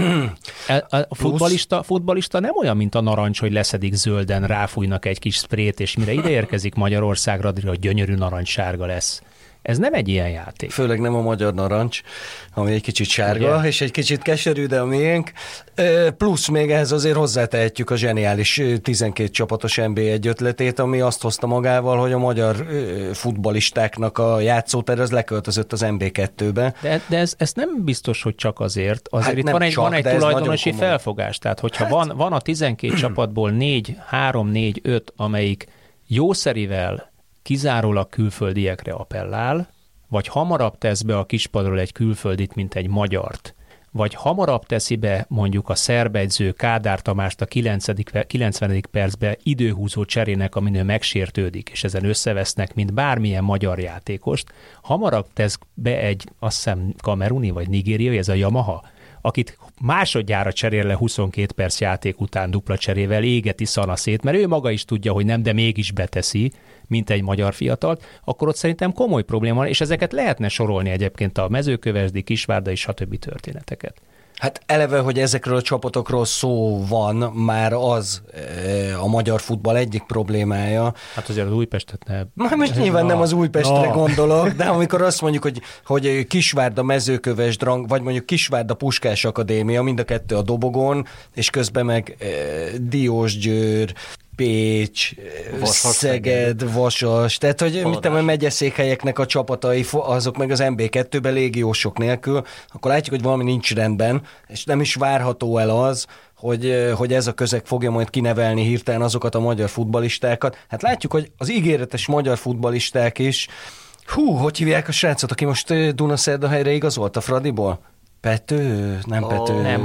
A futballista nem olyan, mint a narancs, hogy leszedik zölden, ráfújnak egy kis sprét, és mire ide érkezik Magyarországra, addigra a gyönyörű narancssárga lesz. Ez nem egy ilyen játék. Főleg nem a magyar narancs, ami egy kicsit sárga, ugye? És egy kicsit keserű, de a miénk. Plusz még ehhez azért hozzátehetjük a zseniális 12 csapatos NB1 ötletét, ami azt hozta magával, hogy a magyar futballistáknak a játszótér az leköltözött az NB2-be. De ez nem biztos, hogy csak azért. Azért itt van egy tulajdonosi felfogás. Tehát, hogyha van a 12 csapatból 3-4-5, amelyik jószerivel kizárólag külföldiekre appellál, vagy hamarabb tesz be a kispadról egy külföldit, mint egy magyart, vagy hamarabb teszi be mondjuk a szerb edző Kádár Tamást a 90. percben időhúzó cserének, amin ő megsértődik, és ezen összevesznek, mint bármilyen magyar játékost, hamarabb tesz be egy, azt hiszem, kameruni vagy nigériai, ez a Yamaha, akit másodjára cserél le 22 perc játék után dupla cserével, égeti szanaszét, mert ő maga is tudja, hogy nem, de mégis beteszi, mint egy magyar fiatalt, akkor ott szerintem komoly probléma van, és ezeket lehetne sorolni egyébként a Mezőkövesdi, Kisvárda és stb. Történeteket. Hát eleve, hogy ezekről a csapatokról szó van, már az a magyar futball egyik problémája. Hát azért az Újpestet ne... Most nyilván nem az Újpestre gondolok, de amikor azt mondjuk, hogy Kisvárda, Mezőkövesd, vagy mondjuk Kisvárda, Puskás Akadémia, mind a kettő a dobogón, és közben meg Diósgyőr, Pécs, Szeged, Vasas, tehát hogy mit tudom, a megyeszékhelyeknek a csapatai, azok meg az NB2-ben légiósok nélkül, akkor látjuk, hogy valami nincs rendben, és nem is várható el az, hogy ez a közeg fogja majd kinevelni hirtelen azokat a magyar futballistákat. Hát látjuk, hogy az ígéretes magyar futballisták is, hogy hívják a srácot, aki most Dunaszerdahelyre igazolt a Fradiból? Pető? Nem Pető. Nem,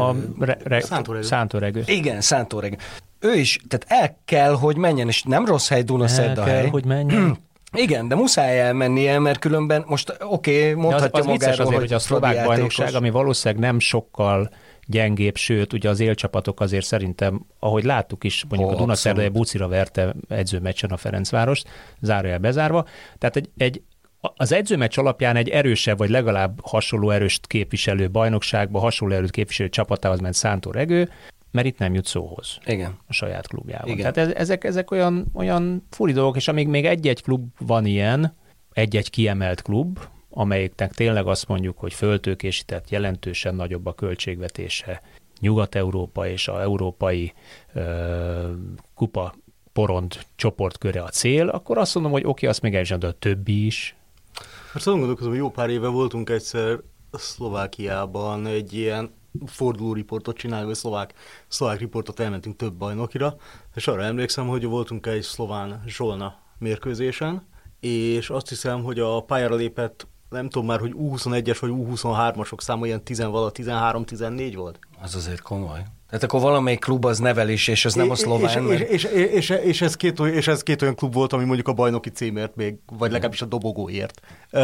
Szántóregő. Igen, Szántóregő. Ő is, tehát el kell, hogy menjen, és nem rossz hely Dunaszerdahely. El kell, hogy menjen. Igen, de muszáj elmennie, mert különben most mondhatja az magáról, azért, hogy a szlovák bajnokság, ami valószínűleg nem sokkal gyengébb, sőt, ugye az élcsapatok azért szerintem, ahogy láttuk is, mondjuk a Dunaszerdahely bucira verte edzőmeccsen a Ferencvárost, zárójel bezárva. Tehát az edzőmeccs alapján egy erősebb, vagy legalább hasonló erőst képviselő bajnokságba, hasonló erőt képviselő csapatához ment Szántóregő, mert itt nem jut szóhoz. Igen. A saját klubjában. Igen. Tehát ezek olyan furi dolgok, és amíg még egy-egy klub van ilyen, egy-egy kiemelt klub, amelyiknek tényleg azt mondjuk, hogy föltőkésített, jelentősen nagyobb a költségvetése, Nyugat-Európa és a európai kupa porond csoportköre a cél, akkor azt mondom, hogy oké, azt még el is, de a többi is. Most azon gondolkozom, hogy jó pár éve voltunk egyszer Szlovákiában egy ilyen forduló riportot csinálni, vagy szlovák riportot, elmentünk több bajnokira, és arra emlékszem, hogy voltunk egy szlován Zsolna mérkőzésen, és azt hiszem, hogy a pályára lépett, nem tudom már, hogy U21-es vagy U23-asok száma ilyen 13-14 volt. Az azért komoly. Tehát akkor valamelyik klub az nevelés, és ez nem a szlován. És ez két olyan klub volt, ami mondjuk a bajnoki címért még, vagy legalábbis a dobogóért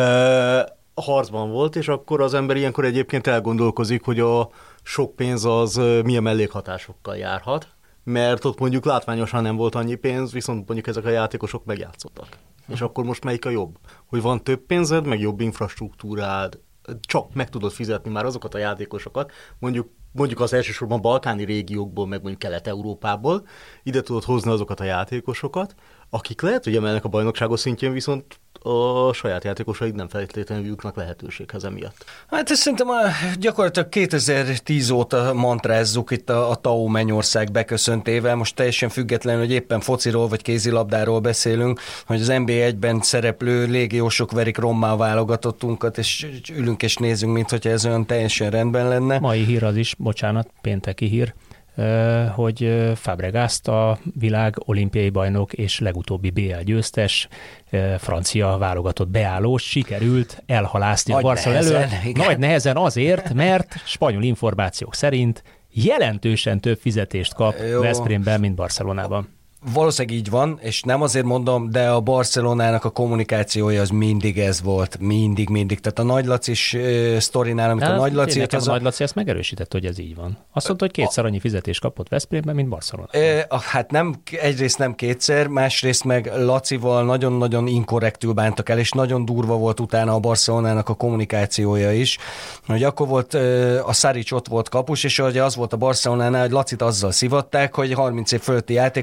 harcban volt, és akkor az ember ilyenkor egyébként elgondolkozik, hogy a sok pénz az milyen mellékhatásokkal járhat, mert ott mondjuk látványosan nem volt annyi pénz, viszont mondjuk ezek a játékosok megjátszottak. És akkor most melyik a jobb? Hogy van több pénzed, meg jobb infrastruktúrád, csak meg tudod fizetni már azokat a játékosokat, mondjuk az elsősorban balkáni régiókból, meg mondjuk Kelet-Európából, ide tudod hozni azokat a játékosokat, akik lehet, hogy emelnek a bajnokságos szintjén, viszont a saját játékosaik nem feltétlenül jutnak lehetőséghez emiatt. Hát ezt szerintem gyakorlatilag 2010 óta mantrázzuk itt a TAO Mennyország beköszöntével, most teljesen függetlenül, hogy éppen fociról vagy kézilabdáról beszélünk, hogy az NB1-ben szereplő légiósok verik rommá a válogatottunkat, és ülünk és nézünk, mintha ez olyan teljesen rendben lenne. Mai hír az is, bocsánat, pénteki hír, hogy Fabregaszt a világ olimpiai bajnok és legutóbbi BL győztes francia válogatott beállós sikerült elhalászni a Barca elől. Nagy nehezen azért, mert spanyol információk szerint jelentősen több fizetést kap Veszprémben, mint Barcelonában. Valószínűleg így van, és nem azért mondom, de a Barcelonának a kommunikációja az mindig ez volt, mindig. Tehát a Nagy Lacis sztorinál, amit a Nagy Laci... A Nagy Laci ezt megerősített, hogy ez így van. Azt mondta, hogy kétszer annyi fizetést kapott Veszprémben, mint Barcelonában. Hát egyrészt nem kétszer, másrészt meg Lacival nagyon-nagyon inkorrektül bántak el, és nagyon durva volt utána a Barcelonának a kommunikációja is. Hogy akkor volt a Šarić ott volt kapus, és ugye az volt a Barcelonánál, hogy Lacit azzal szivatták, hogy 30 év fölötti játékosnak nem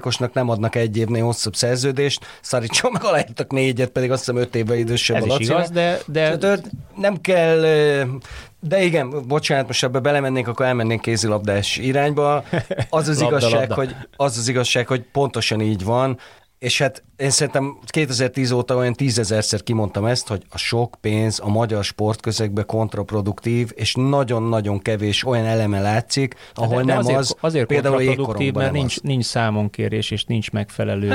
nem adnak egy évnél hosszabb szerződést, Szaricsal meg aláírtak 4-et, pedig azt hiszem 5 évvel idősebb ez a is igaz, de nem kell, de igen, bocsánat, most ebbe belemennénk, akkor elmennénk kézilabdás irányba. Az igazság, hogy pontosan így van, és hát én szerintem 2010 óta olyan 10 000-szer kimondtam ezt, hogy a sok pénz a magyar sportközegben kontraproduktív, és nagyon-nagyon kevés olyan eleme látszik, ahol de nem azért például kontraproduktív, mert nincs számonkérés, és nincs megfelelő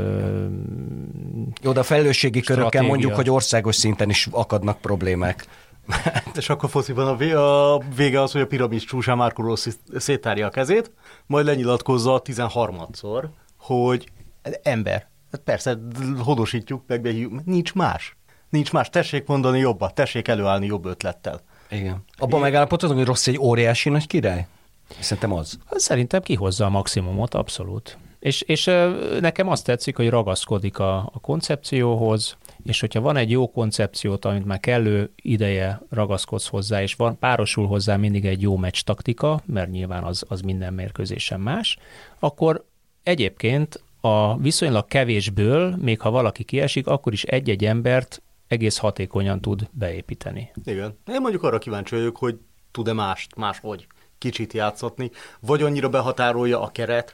jó, de a felelősségi körökkel mondjuk, hogy országos szinten is akadnak problémák. És akkor fociban a vége az, hogy a piramis csúcsán Marco Rossi széttárja a kezét, majd lenyilatkozza 13-szor, hogy ember. Hát persze, hodosítjuk, megbehívjuk. Nincs más. Tessék mondani jobbat, tessék előállni jobb ötlettel. Igen. Abban megállapodhatunk, hogy Rossi egy óriási nagy király? Szerintem az. Szerintem kihozza a maximumot, abszolút. És nekem azt tetszik, hogy ragaszkodik a koncepcióhoz, és hogyha van egy jó koncepciót, amit már kellő ideje ragaszkodsz hozzá, és párosul hozzá mindig egy jó meccs taktika, mert nyilván az minden mérkőzésen más, akkor egyébként a viszonylag kevésből, még ha valaki kiesik, akkor is egy-egy embert egész hatékonyan tud beépíteni. Igen. Én mondjuk arra kíváncsi vagyok, hogy tud-e máshogy kicsit játszatni, vagy annyira behatárolja a keret,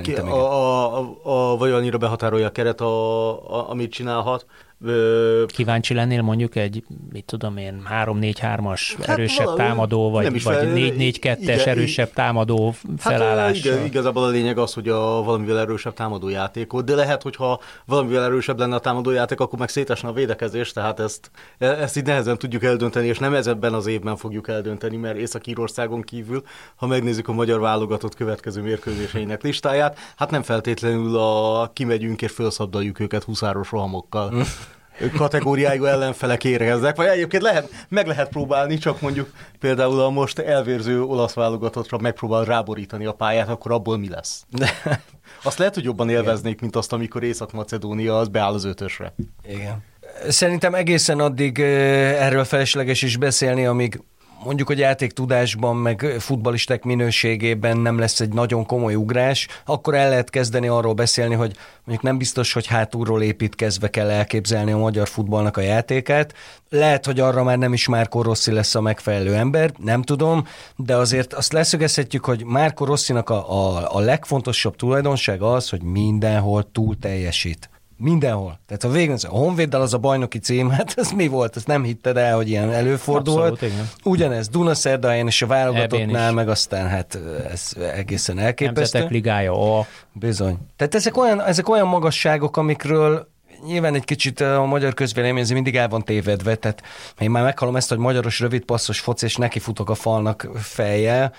vagy annyira behatárolja a keret, amit csinálhat. Kíváncsi lennél mondjuk egy, mit tudom én, 3-4-3-as erősebb támadó, vagy 4-4-2-es erősebb támadó felállással. Hát igazából a lényeg az, hogy valamivel erősebb támadójátékot, de lehet, hogyha valamivel erősebb lenne a támadójáték, akkor meg szétesne a védekezés, tehát ezt így nehezen tudjuk eldönteni, és nem ebben az évben fogjuk eldönteni, mert Észak-Írországon kívül, ha megnézzük a magyar válogatott következő mérkőzéseinek listáját, hát nem feltétlenül kimegyünk és felszabdaljuk őket huszáros rohamokkal. Kategóriájú ellenfelek érkeznek, vagy egyébként meg lehet próbálni, csak mondjuk például a most elvérző olasz válogatottra megpróbál ráborítani a pályát, akkor abból mi lesz? Azt lehet, hogy jobban élveznék, mint azt, amikor Észak-Macedónia az beáll az 5-ösre. Igen. Szerintem egészen addig erről felesleges is beszélni, amíg mondjuk, hogy játéktudásban, meg futballisták minőségében nem lesz egy nagyon komoly ugrás, akkor el lehet kezdeni arról beszélni, hogy mondjuk nem biztos, hogy hátulról építkezve kell elképzelni a magyar futballnak a játékát. Lehet, hogy arra már nem is Marco Rossi lesz a megfelelő ember, nem tudom, de azért azt leszögezhetjük, hogy Marco Rossinak a legfontosabb tulajdonsága az, hogy mindenhol túl teljesít. Mindenhol. Tehát a végén a Honvéddal az a bajnoki cím, hát ez mi volt? Ezt nem hitted el, hogy ilyen előfordult. Abszolút, igen. Ugyanez Dunaszerdahelyen és a válogatottnál, meg aztán hát ez egészen elképesztő. Nemzetek ligája A. Bizony. Tehát ezek olyan magasságok, amikről nyilván egy kicsit a magyar közvélemény mindig el van tévedve, tehát én már meghallom ezt, hogy magyaros rövidpasszos foci, és nekifutok a falnak fejjel,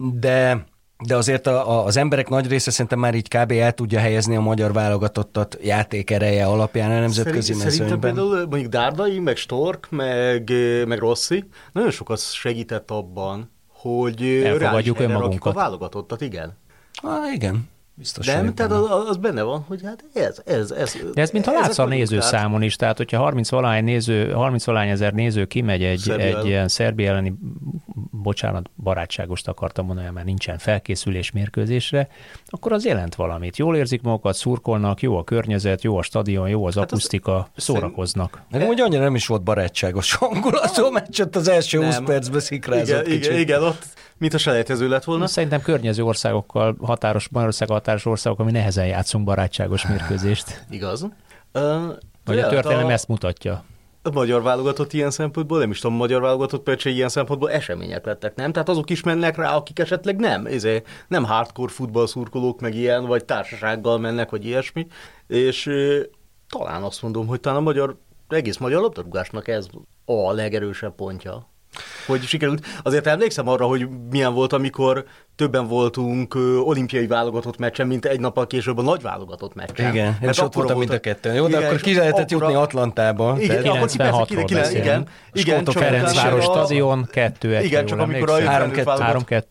de azért az emberek nagy része szerintem már így kb. El tudja helyezni a magyar válogatottat játékereje alapján a nemzetközi mezőnyben. Szerintem például mondjuk Dárdai, meg Stork, meg Rossi nagyon sokat segített abban, hogy elfogadjuk önmagunkat. A válogatottat, igen. Igen. Biztos. Nem, tehát az benne van, hogy hát ez. De ez mintha látsz a nézőszámon is, tehát hogyha 30-valahány ezer néző kimegy egy ilyen Szerbia elleni, bocsánat, barátságost akartam mondani, mert nincsen felkészülés mérkőzésre, akkor az jelent valamit. Jól érzik magukat, szurkolnak, jó a környezet, jó a stadion, jó az akusztika, szórakoznak. Nekem ugye annyira nem is volt barátságos hangulatú, mert csak az első 20 percben szikrázott kicsit. Igen, ott mint a selejtező lett volna. Szerintem környező országokkal, Magyarország határos országok, ami nehezen játszunk barátságos mérkőzést. Igaz. Vagy a történelem ezt mutatja. A magyar válogatott ilyen szempontból, nem is tudom, a magyar válogatott például ilyen szempontból események lettek, nem? Tehát azok is mennek rá, akik esetleg nem hardcore futballszurkolók, meg ilyen, vagy társasággal mennek, vagy ilyesmi, és talán azt mondom, hogy talán egész magyar labdarúgásnak ez a legerősebb pontja. Hogy sikerült. Azért emlékszem arra, hogy milyen volt, amikor többen voltunk olimpiai válogatott meccsen, mint egy nappal később a nagy válogatott meccsen. Igen, és ott voltam mind a ketten. Jó, de igen, akkor ki lehetett jutni Atlantába. Igen, 96-ról beszélünk. Igen, Ferencváros stadion, 2-1. Igen, csak amikor a 3-2.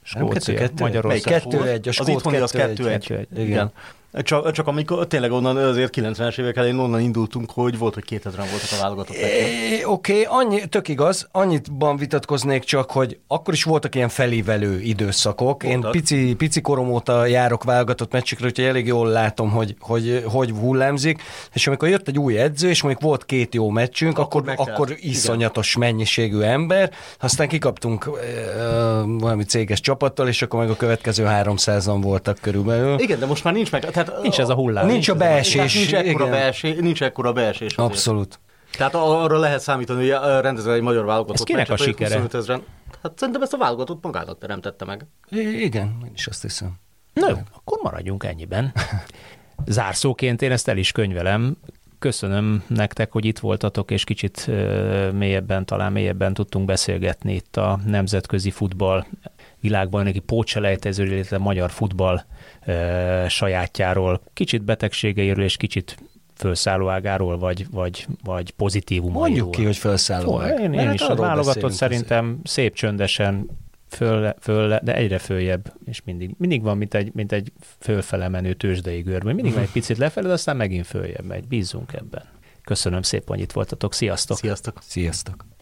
Skócia, Magyarország. 2-1, a skót az itthoni az 2-1. 2-1. Igen. Csak amikor tényleg onnan azért 90-es évek elején onnan indultunk, hogy volt, hogy 2000-en voltak a válogatott. Oké, tök igaz, annyiban vitatkoznék csak, hogy akkor is voltak ilyen felívelő időszakok. Voltak. Én pici korom óta járok válogatott meccsekre, úgyhogy elég jól látom, hogy hullámzik, és amikor jött egy új edző, és mondjuk volt 2 jó meccsünk, akkor iszonyatos mennyiségű ember, aztán kikaptunk valami céges csapattól, és akkor meg a következő 300-an voltak körülbelül. Igen, de most már nincs meg. Tehát nincs ez a hullám. Nincs a beesés. Nincs ekkora beesés. Abszolút. Tehát arra lehet számítani, hogy rendezel egy magyar válogatott. Ez kinek a sikere? Hát szerintem ezt a válogatott magának teremtette meg. Igen, én is azt hiszem. Na jó, akkor maradjunk ennyiben. Zárszóként én ezt el is könyvelem. Köszönöm nektek, hogy itt voltatok, és kicsit talán mélyebben tudtunk beszélgetni itt a nemzetközi futball világbajnoki pótselejtezőről, illetve magyar futball sajátjáról, kicsit betegségeiről és kicsit felszállóágáról, vagy pozitívumairól. Mondjuk ki, hogy felszállóág. Én is a válogatott szerintem szép csöndesen föl, de egyre följebb, és mindig van, mint egy fölfele menő tőzsdei görbő. Mindig van egy picit lefelé, de aztán megint följebb megy. Bízzunk ebben. Köszönöm szépen, hogy itt voltatok. Sziasztok! Sziasztok! Sziasztok!